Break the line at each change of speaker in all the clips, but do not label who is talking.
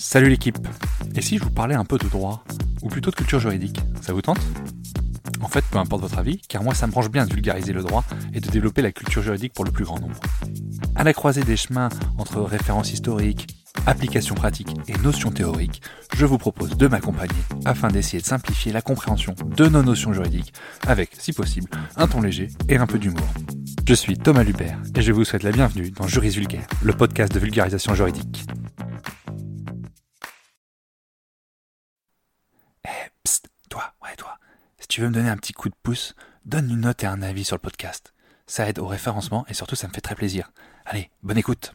Salut l'équipe. Et si je vous parlais un peu de droit, ou plutôt de culture juridique, ça vous tente ? En fait, peu importe votre avis, car moi ça me branche bien de vulgariser le droit et de développer la culture juridique pour le plus grand nombre. À la croisée des chemins entre références historiques, applications pratiques et notions théoriques, je vous propose de m'accompagner afin d'essayer de simplifier la compréhension de nos notions juridiques avec, si possible, un ton léger et un peu d'humour. Je suis Thomas Lubert et je vous souhaite la bienvenue dans Juris Vulgaire, le podcast de vulgarisation juridique. Psst, toi, si tu veux me donner un petit coup de pouce, donne une note et un avis sur le podcast. Ça aide au référencement et surtout ça me fait très plaisir. Allez, bonne écoute.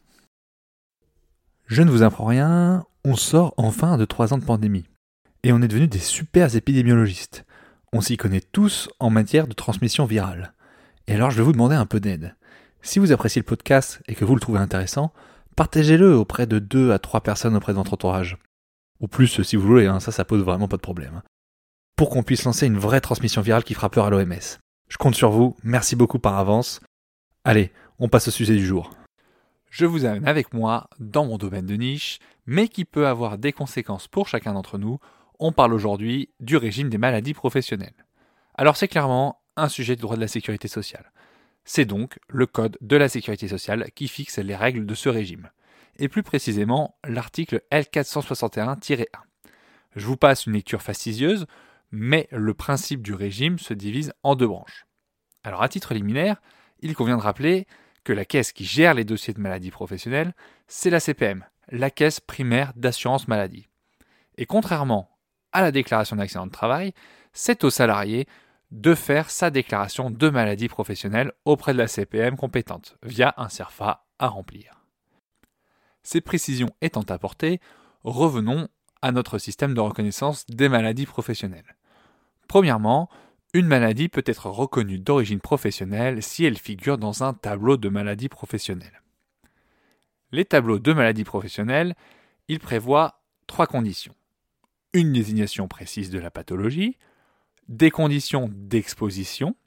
Je ne vous apprends rien, on sort enfin de 3 ans de pandémie. Et on est devenus des super épidémiologistes. On s'y connaît tous en matière de transmission virale. Et alors je vais vous demander un peu d'aide. Si vous appréciez le podcast et que vous le trouvez intéressant, partagez-le auprès de 2 à 3 personnes auprès de votre entourage. Ou plus si vous voulez, ça pose vraiment pas de problème. Pour qu'on puisse lancer une vraie transmission virale qui fera peur à l'OMS. Je compte sur vous, merci beaucoup par avance. Allez, on passe au sujet du jour. Je vous amène avec moi dans mon domaine de niche, mais qui peut avoir des conséquences pour chacun d'entre nous. On parle aujourd'hui du régime des maladies professionnelles. Alors c'est clairement un sujet de droit de la sécurité sociale. C'est donc le Code de la sécurité sociale qui fixe les règles de ce régime. Et plus précisément, l'article L461-1. Je vous passe une lecture fastidieuse, mais le principe du régime se divise en 2 branches. Alors à titre liminaire, il convient de rappeler que la caisse qui gère les dossiers de maladies professionnelles, c'est la CPM, la caisse primaire d'assurance maladie. Et contrairement à la déclaration d'accident de travail, c'est au salarié de faire sa déclaration de maladie professionnelle auprès de la CPM compétente, via un CERFA à remplir. Ces précisions étant apportées, revenons à notre système de reconnaissance des maladies professionnelles. Premièrement, une maladie peut être reconnue d'origine professionnelle si elle figure dans un tableau de maladies professionnelles. Les tableaux de maladies professionnelles, ils prévoient 3 conditions. Une désignation précise de la pathologie, des conditions d'exposition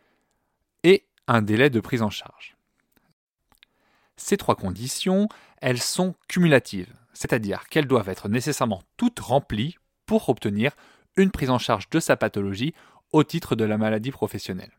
et un délai de prise en charge. Ces 3 conditions, elles sont cumulatives, c'est-à-dire qu'elles doivent être nécessairement toutes remplies pour obtenir une prise en charge de sa pathologie au titre de la maladie professionnelle.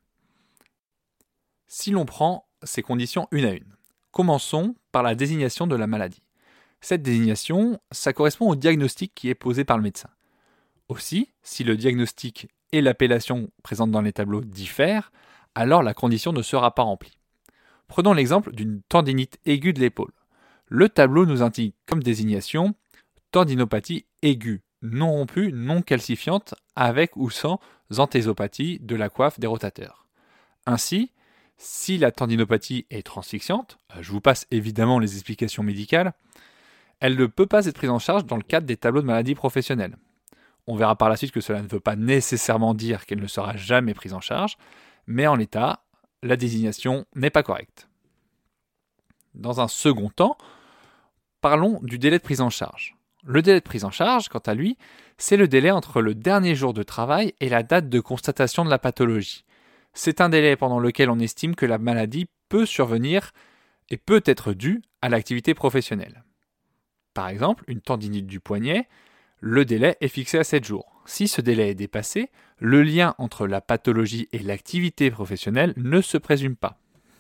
Si l'on prend ces conditions une à une, commençons par la désignation de la maladie. Cette désignation, ça correspond au diagnostic qui est posé par le médecin. Aussi, si le diagnostic et l'appellation présente dans les tableaux diffèrent, alors la condition ne sera pas remplie. Prenons l'exemple d'une tendinite aiguë de l'épaule. Le tableau nous indique comme désignation tendinopathie aiguë, non rompue, non calcifiante, avec ou sans antésopathie de la coiffe des rotateurs. Ainsi, si la tendinopathie est transfixiante, je vous passe évidemment les explications médicales, elle ne peut pas être prise en charge dans le cadre des tableaux de maladies professionnelles. On verra par la suite que cela ne veut pas nécessairement dire qu'elle ne sera jamais prise en charge, mais en l'état, la désignation n'est pas correcte. Dans un second temps, parlons du délai de prise en charge. Le délai de prise en charge, quant à lui, c'est le délai entre le dernier jour de travail et la date de constatation de la pathologie. C'est un délai pendant lequel on estime que la maladie peut survenir et peut être due à l'activité professionnelle. Par exemple, une tendinite du poignet, le délai est fixé à 7 jours. Si ce délai est dépassé, le lien entre la pathologie et l'activité professionnelle ne se présume pas.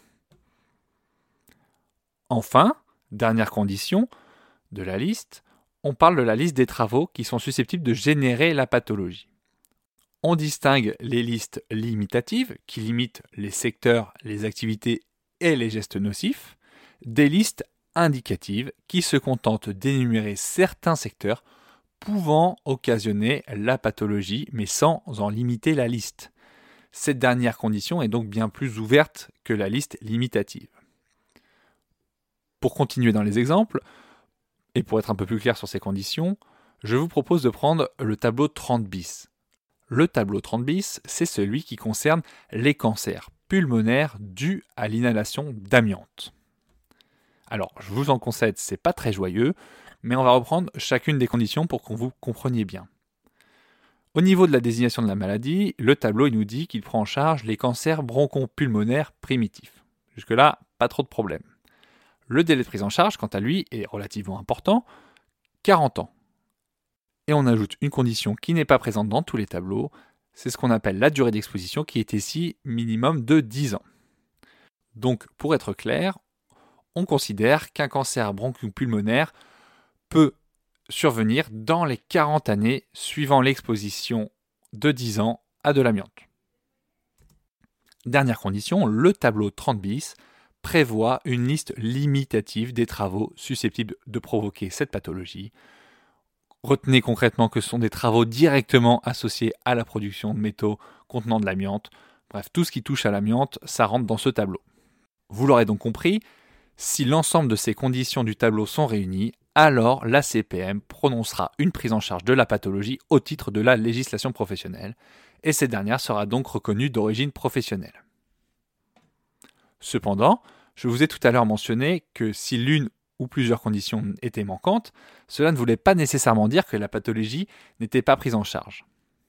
Enfin, dernière condition de la liste, on parle de la liste des travaux qui sont susceptibles de générer la pathologie. On distingue les listes limitatives, qui limitent les secteurs, les activités et les gestes nocifs, des listes indicatives, qui se contentent d'énumérer certains secteurs pouvant occasionner la pathologie, mais sans en limiter la liste. Cette dernière condition est donc bien plus ouverte que la liste limitative. Pour continuer dans les exemples, et pour être un peu plus clair sur ces conditions, je vous propose de prendre le tableau 30 bis. Le tableau 30 bis, c'est celui qui concerne les cancers pulmonaires dus à l'inhalation d'amiante. Alors, je vous en concède, c'est pas très joyeux, mais on va reprendre chacune des conditions pour que vous compreniez bien. Au niveau de la désignation de la maladie, le tableau il nous dit qu'il prend en charge les cancers bronchopulmonaires primitifs. Jusque-là, pas trop de problème. Le délai de prise en charge, quant à lui, est relativement important, 40 ans. et on ajoute une condition qui n'est pas présente dans tous les tableaux, c'est ce qu'on appelle la durée d'exposition qui est ici minimum de 10 ans. Donc pour être clair, on considère qu'un cancer broncho-pulmonaire peut survenir dans les 40 années suivant l'exposition de 10 ans à de l'amiante. Dernière condition, le tableau 30 bis prévoit une liste limitative des travaux susceptibles de provoquer cette pathologie. Retenez concrètement que ce sont des travaux directement associés à la production de métaux contenant de l'amiante. Bref, tout ce qui touche à l'amiante, ça rentre dans ce tableau. Vous l'aurez donc compris, si l'ensemble de ces conditions du tableau sont réunies, alors la CPM prononcera une prise en charge de la pathologie au titre de la législation professionnelle, et cette dernière sera donc reconnue d'origine professionnelle. Cependant, je vous ai tout à l'heure mentionné que si l'une ou plusieurs conditions étaient manquantes, cela ne voulait pas nécessairement dire que la pathologie n'était pas prise en charge.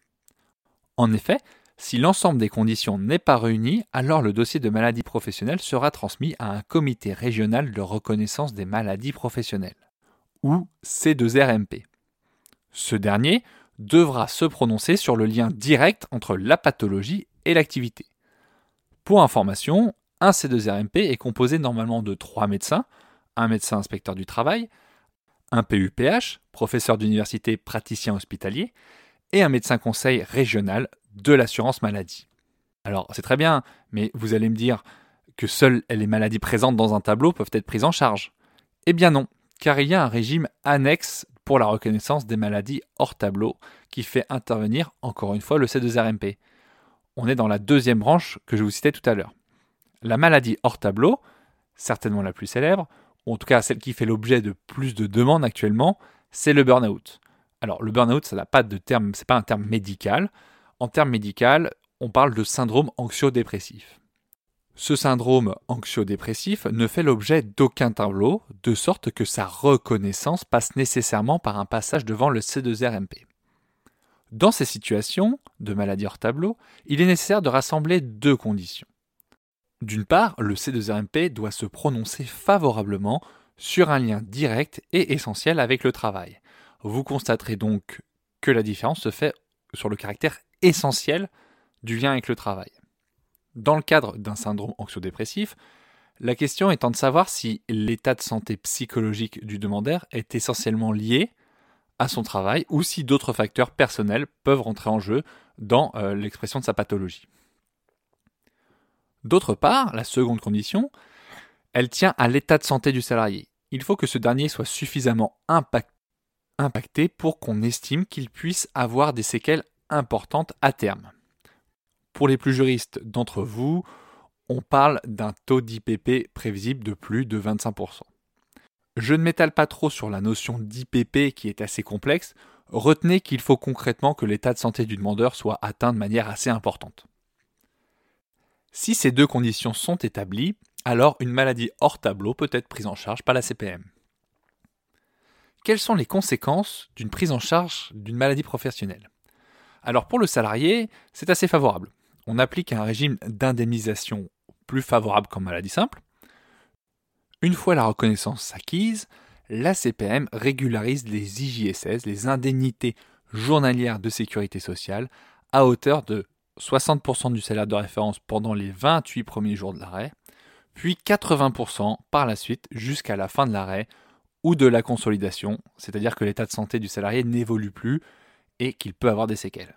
En effet, si l'ensemble des conditions n'est pas réuni, alors le dossier de maladie professionnelle sera transmis à un comité régional de reconnaissance des maladies professionnelles, ou C2RMP. Ce dernier devra se prononcer sur le lien direct entre la pathologie et l'activité. Pour information, un C2RMP est composé normalement de 3 médecins, un médecin inspecteur du travail, un PUPH, professeur d'université praticien hospitalier, et un médecin conseil régional de l'assurance maladie. Alors c'est très bien, mais vous allez me dire que seules les maladies présentes dans un tableau peuvent être prises en charge. Eh bien non, car il y a un régime annexe pour la reconnaissance des maladies hors tableau qui fait intervenir encore une fois le C2RMP. On est dans la deuxième branche que je vous citais tout à l'heure. La maladie hors tableau, certainement la plus célèbre, ou en tout cas celle qui fait l'objet de plus de demandes actuellement, c'est le burn-out. Alors le burn-out, ça n'a pas de terme, c'est pas un terme médical. En termes médical, on parle de syndrome anxio-dépressif. Ce syndrome anxio-dépressif ne fait l'objet d'aucun tableau, de sorte que sa reconnaissance passe nécessairement par un passage devant le C2RMP. Dans ces situations de maladie hors tableau, il est nécessaire de rassembler deux conditions. D'une part, le C2RMP doit se prononcer favorablement sur un lien direct et essentiel avec le travail. Vous constaterez donc que la différence se fait sur le caractère essentiel du lien avec le travail. Dans le cadre d'un syndrome anxio-dépressif, la question étant de savoir si l'état de santé psychologique du demandeur est essentiellement lié à son travail ou si d'autres facteurs personnels peuvent rentrer en jeu dans l'expression de sa pathologie. D'autre part, la seconde condition, elle tient à l'état de santé du salarié. Il faut que ce dernier soit suffisamment impacté pour qu'on estime qu'il puisse avoir des séquelles importantes à terme. Pour les plus juristes d'entre vous, on parle d'un taux d'IPP prévisible de plus de 25%. Je ne m'étale pas trop sur la notion d'IPP qui est assez complexe. Retenez qu'il faut concrètement que l'état de santé du demandeur soit atteint de manière assez importante. Si ces deux conditions sont établies, alors une maladie hors tableau peut être prise en charge par la CPM. Quelles sont les conséquences d'une prise en charge d'une maladie professionnelle ? Alors pour le salarié, c'est assez favorable. On applique un régime d'indemnisation plus favorable qu'en maladie simple. Une fois la reconnaissance acquise, la CPM régularise les IJSS, les indemnités journalières de sécurité sociale, à hauteur de 60% du salaire de référence pendant les 28 premiers jours de l'arrêt, puis 80% par la suite jusqu'à la fin de l'arrêt ou de la consolidation, c'est-à-dire que l'état de santé du salarié n'évolue plus et qu'il peut avoir des séquelles.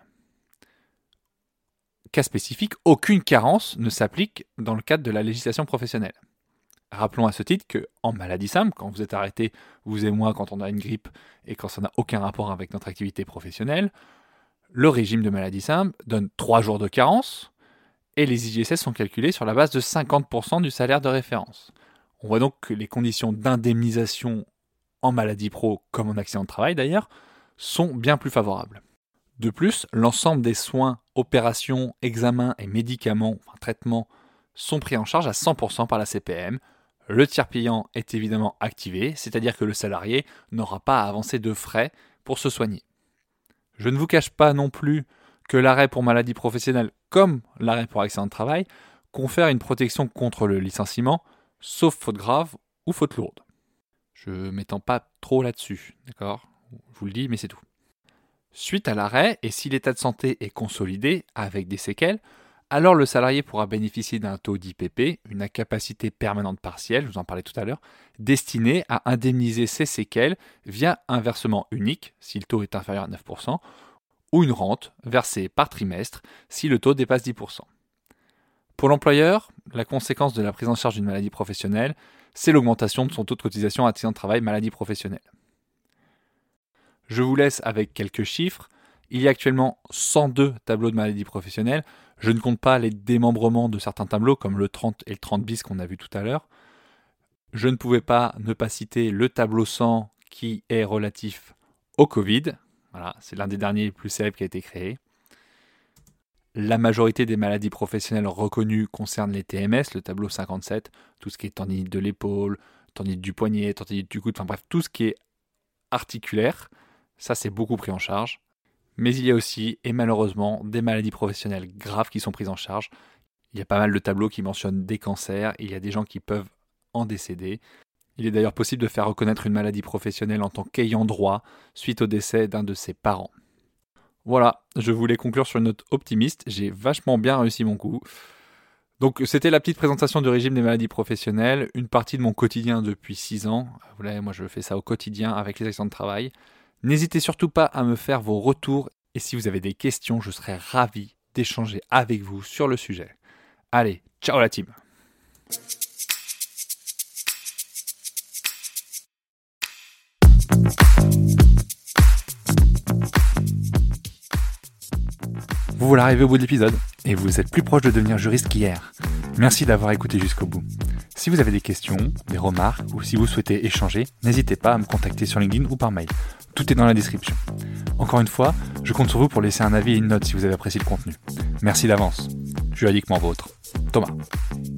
Cas spécifique, aucune carence ne s'applique dans le cadre de la législation professionnelle. Rappelons à ce titre qu'en maladie simple, quand vous êtes arrêté, vous et moi, quand on a une grippe et quand ça n'a aucun rapport avec notre activité professionnelle, le régime de maladie simple donne 3 jours de carence et les IJSS sont calculés sur la base de 50% du salaire de référence. On voit donc que les conditions d'indemnisation en maladie pro, comme en accident de travail d'ailleurs, sont bien plus favorables. De plus, l'ensemble des soins, opérations, examens et médicaments, traitements, sont pris en charge à 100% par la CPM. Le tiers payant est évidemment activé, c'est-à-dire que le salarié n'aura pas à avancer de frais pour se soigner. Je ne vous cache pas non plus que l'arrêt pour maladie professionnelle, comme l'arrêt pour accident de travail, confère une protection contre le licenciement, sauf faute grave ou faute lourde. Je ne m'étends pas trop là-dessus, d'accord ? Je vous le dis, mais c'est tout. Suite à l'arrêt, et si l'état de santé est consolidé avec des séquelles, alors le salarié pourra bénéficier d'un taux d'IPP, une incapacité permanente partielle, je vous en parlais tout à l'heure, destiné à indemniser ces séquelles via un versement unique, si le taux est inférieur à 9%, ou une rente versée par trimestre si le taux dépasse 10%. Pour l'employeur, la conséquence de la prise en charge d'une maladie professionnelle, c'est l'augmentation de son taux de cotisation accident de travail maladie professionnelle. Je vous laisse avec quelques chiffres. Il y a actuellement 102 tableaux de maladie professionnelle. Je ne compte pas les démembrements de certains tableaux comme le 30 et le 30 bis qu'on a vu tout à l'heure. Je ne pouvais pas ne pas citer le tableau 100 qui est relatif au Covid. Voilà, c'est l'un des derniers les plus célèbres qui a été créé. La majorité des maladies professionnelles reconnues concernent les TMS, le tableau 57, tout ce qui est tendinite de l'épaule, tendinite du poignet, tendinite du coude, enfin bref, tout ce qui est articulaire, ça c'est beaucoup pris en charge. Mais il y a aussi, et malheureusement, des maladies professionnelles graves qui sont prises en charge. Il y a pas mal de tableaux qui mentionnent des cancers, et il y a des gens qui peuvent en décéder. Il est d'ailleurs possible de faire reconnaître une maladie professionnelle en tant qu'ayant droit suite au décès d'un de ses parents. Voilà, je voulais conclure sur une note optimiste, j'ai vachement bien réussi mon coup. Donc c'était la petite présentation du régime des maladies professionnelles, une partie de mon quotidien depuis 6 ans. Vous voyez, moi je fais ça au quotidien avec les accidents de travail. N'hésitez surtout pas à me faire vos retours et si vous avez des questions, je serai ravi d'échanger avec vous sur le sujet. Allez, ciao la team! Vous voilà arrivé au bout de l'épisode et vous êtes plus proche de devenir juriste qu'hier. Merci d'avoir écouté jusqu'au bout. Si vous avez des questions, des remarques ou si vous souhaitez échanger, n'hésitez pas à me contacter sur LinkedIn ou par mail. Tout est dans la description. Encore une fois, je compte sur vous pour laisser un avis et une note si vous avez apprécié le contenu. Merci d'avance. Juridiquement vôtre. Thomas.